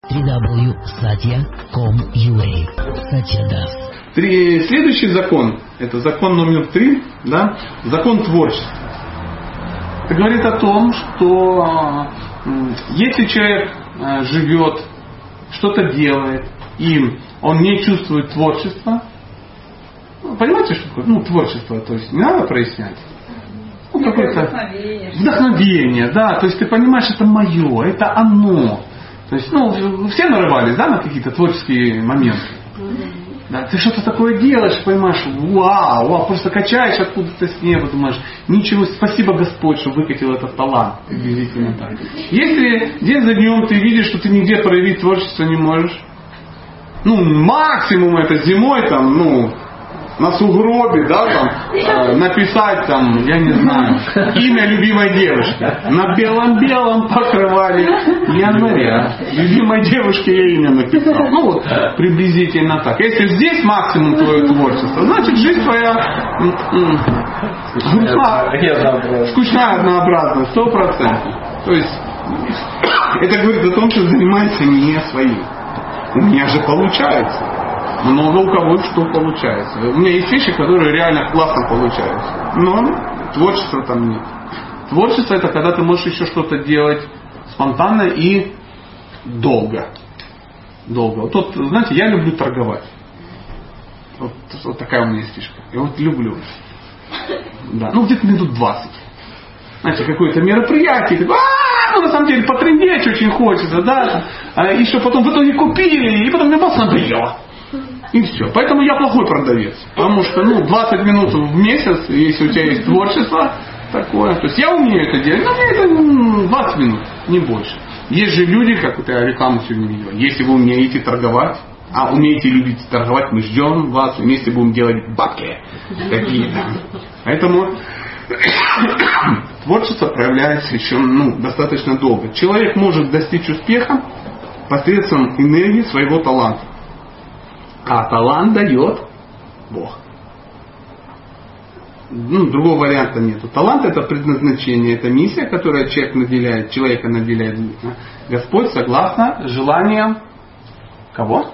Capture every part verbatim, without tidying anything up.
дабл ю дабл ю дабл ю точка сатья точка ком точка ю а. Сатья Дас. Три, следующий закон, это закон номер три, да, закон творчества. Это говорит о том, что если человек живет, что-то делает, и он не чувствует творчества, понимаете, что такое? Ну, творчество, то есть не надо прояснять. Ну, какое-то вдохновение. Вдохновение, да, то есть ты понимаешь, это мое, это оно. То есть, ну, все нарывались, да, на какие-то творческие моменты. Да, ты что-то такое делаешь, понимаешь, вау, вау, просто качаешь откуда-то с неба, думаешь, ничего, спасибо Господь, что выкатил этот талант, приблизительно так. Если день за днем ты видишь, что ты нигде проявить творчество не можешь, ну, максимум это зимой, там, ну, на сугробе, да, там, э, написать, там, я не знаю, имя любимой девушки. На белом-белом покрывале января. Любимой девушке я имя написал. Ну, вот, приблизительно так. Если здесь максимум твое творчество, значит, жизнь твоя грустная, скучная, однообразная, сто процентов. То есть, это говорит о том, что занимается не своим. У меня же получается. Много у кого что получается. У меня есть вещи, которые реально классно получаются. Но творчества там нет. Творчество это когда ты можешь еще что-то делать спонтанно и долго. Долго. Вот, вот знаете, я люблю торговать. Вот, вот такая у меня есть фишка. Я вот люблю. Да. Ну где-то минут двадцать. Знаете, какое-то мероприятие, такое, а, ну на самом деле потрындеть очень хочется, да. И что потом в итоге купили, и потом мне бас надоело. И все. Поэтому я плохой продавец. Потому что ну, двадцать минут в месяц, если у тебя есть творчество такое. То есть я умею это делать, но мне это двадцать минут, не больше. Есть же люди, как вот я рекламу сегодня видел, если вы умеете торговать, а умеете любить торговать, мы ждем вас, вместе будем делать бабки. Такие, да. Поэтому творчество проявляется еще ну, достаточно долго. Человек может достичь успеха посредством энергии своего таланта. А талант дает Бог. Ну, другого варианта нету. Талант это предназначение, это миссия, которую человек наделяет, человека наделяет Господь согласно желаниям кого?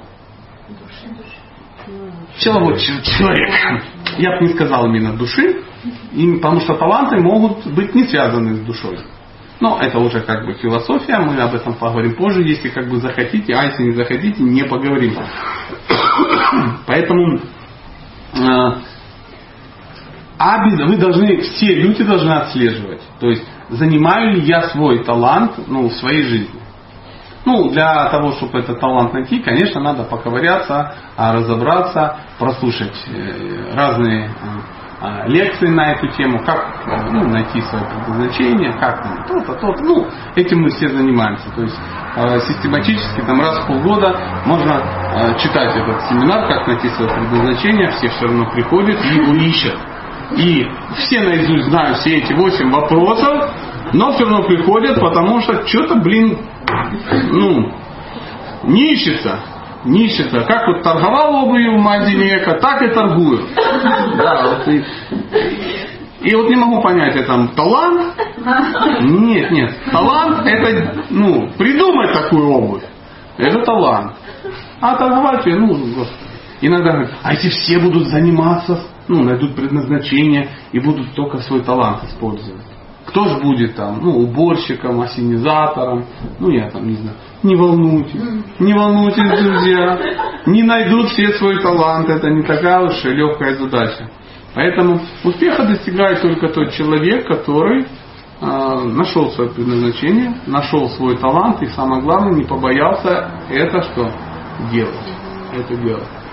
Человека. Я бы не сказал именно души, потому что таланты могут быть не связаны с душой. Но это уже как бы философия, мы об этом поговорим позже, если как бы захотите, а если не захотите, не поговорим. Поэтому э, вы должны, все люди должны отслеживать, то есть занимаю ли я свой талант ну, в своей жизни. Ну, для того, чтобы этот талант найти, конечно, надо поковыряться, разобраться, прослушать разные лекции на эту тему, как ну, найти свое предназначение, как там то-то, то-то. Ну, этим мы все занимаемся. То есть э, систематически там раз в полгода можно э, читать этот семинар, как найти свое предназначение, все все равно приходят и его ищут. И все наизусть знают все эти восемь вопросов, но все равно приходят, потому что что-то, блин, ну, не ищется. Нищета. Как вот торговал обувью в магазине Эко, так и торгую. Да, вот и, и вот не могу понять, это там талант? Нет, нет. Талант это, ну, придумать такую обувь. Это талант. А торговать, ну, господи. Иногда говорят, а если все будут заниматься, ну, найдут предназначение и будут только свой талант использовать. Кто же будет там, ну, уборщиком, ассенизатором, ну, я там не знаю. Не волнуйтесь, не волнуйтесь, друзья. Не найдут все свой талант. Это не такая уж и легкая задача. Поэтому успеха достигает только тот человек, который э, нашел свое предназначение, нашел свой талант и, самое главное, не побоялся это что делать. Это делать.